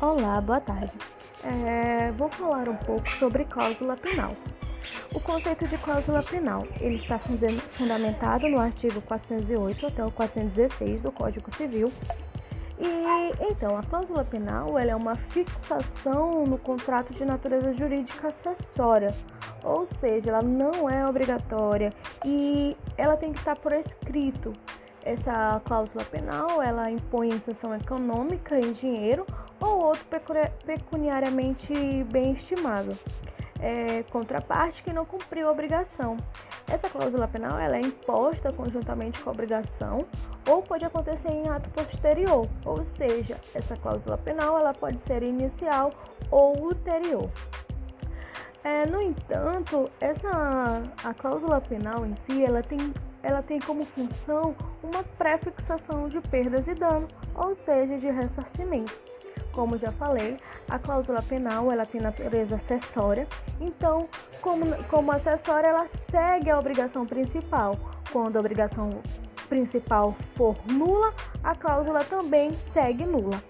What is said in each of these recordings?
Olá, boa tarde. Vou falar um pouco sobre cláusula penal. O conceito de cláusula penal, ele está fundamentado no artigo 408 até o 416 do Código Civil. Então, a cláusula penal ela é uma fixação no contrato de natureza jurídica acessória, ou seja, ela não é obrigatória e ela tem que estar por escrito. Essa cláusula penal, ela impõe isenção econômica em dinheiro ou outro pecuniariamente bem estimado, contraparte que não cumpriu a obrigação. Essa cláusula penal ela é imposta conjuntamente com a obrigação ou pode acontecer em ato posterior, ou seja, essa cláusula penal ela pode ser inicial ou ulterior. No entanto, a cláusula penal em si, ela tem como função uma pré-fixação de perdas e danos, ou seja, de ressarcimento. Como já falei, a cláusula penal ela tem natureza acessória, então, como acessória, ela segue a obrigação principal. Quando a obrigação principal for nula, a cláusula também segue nula.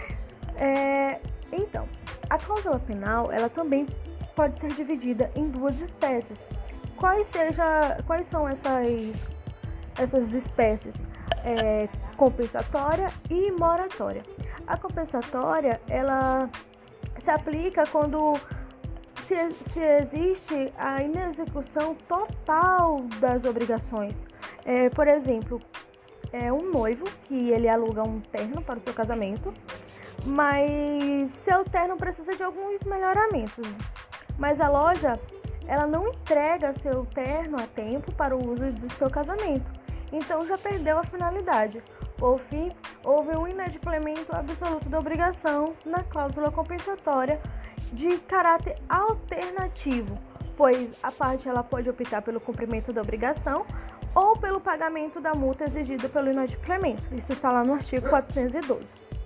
Então, a cláusula penal ela também pode ser dividida em duas espécies. Quais são essas espécies? Compensatória e moratória. A compensatória ela se aplica quando se existe a inexecução total das obrigações. Por exemplo, um noivo que ele aluga um terno para o seu casamento, mas seu terno precisa de alguns melhoramentos. Mas a loja ela não entrega seu terno a tempo para o uso do seu casamento. Então já perdeu a finalidade. Por fim, houve um inadimplemento absoluto da obrigação na cláusula compensatória de caráter alternativo, pois a parte ela pode optar pelo cumprimento da obrigação ou pelo pagamento da multa exigida pelo inadimplemento. Isso está lá no artigo 410.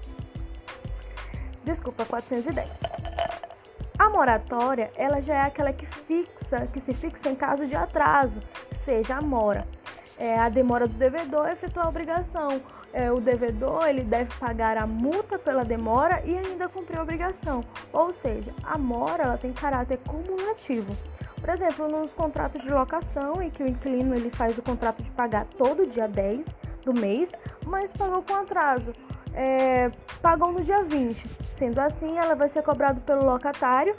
A moratória, ela já é aquela que se fixa em caso de atraso, seja a mora. A demora do devedor efetuar a obrigação. O devedor ele deve pagar a multa pela demora e ainda cumprir a obrigação. Ou seja, a mora ela tem caráter cumulativo. Por exemplo, nos contratos de locação, em que o inquilino ele faz o contrato de pagar todo dia 10 do mês, mas pagou com atraso. Pagou no dia 20. Sendo assim, ela vai ser cobrado pelo locatário,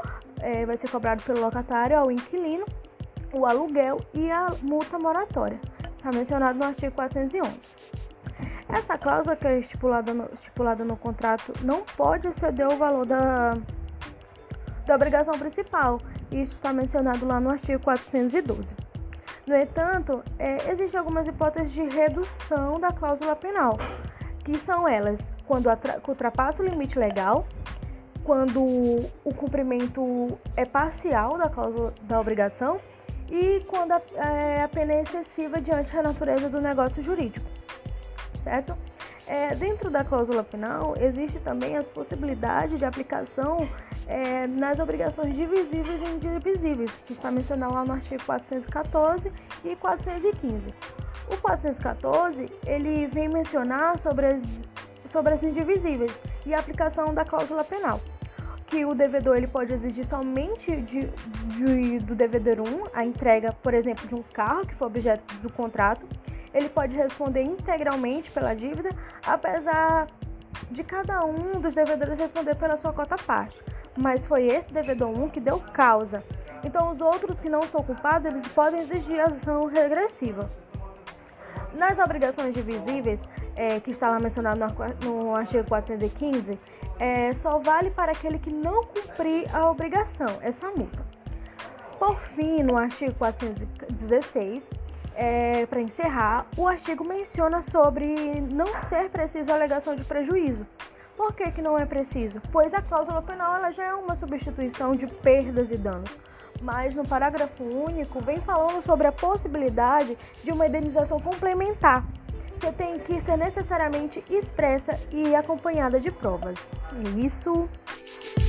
ao inquilino, o aluguel e a multa moratória. Está mencionado no artigo 411. Essa cláusula que é estipulada no contrato não pode exceder o valor da obrigação principal. Isso está mencionado lá no artigo 412. No entanto, existem algumas hipóteses de redução da cláusula penal, que são elas quando ultrapassa o limite legal, quando o cumprimento é parcial da cláusula da obrigação e quando a pena é excessiva diante da natureza do negócio jurídico, certo? Dentro da cláusula penal, existe também as possibilidades de aplicação nas obrigações divisíveis e indivisíveis, que está mencionado lá no artigo 414 e 415. O 414, ele vem mencionar sobre as indivisíveis e a aplicação da cláusula penal, que o devedor ele pode exigir somente do devedor 1 a entrega, por exemplo, de um carro que for objeto do contrato. Ele pode responder integralmente pela dívida, apesar de cada um dos devedores responder pela sua cota parte. Mas foi esse devedor 1 que deu causa. Então, os outros que não são culpados, eles podem exigir ação regressiva. Nas obrigações divisíveis, que está lá mencionado no artigo 415, só vale para aquele que não cumprir a obrigação, essa multa. Por fim, no artigo 416, para encerrar, o artigo menciona sobre não ser preciso a alegação de prejuízo. Por que não é preciso? Pois a cláusula penal ela já é uma substituição de perdas e danos. Mas no parágrafo único vem falando sobre a possibilidade de uma indenização complementar, que tem que ser necessariamente expressa e acompanhada de provas. É isso.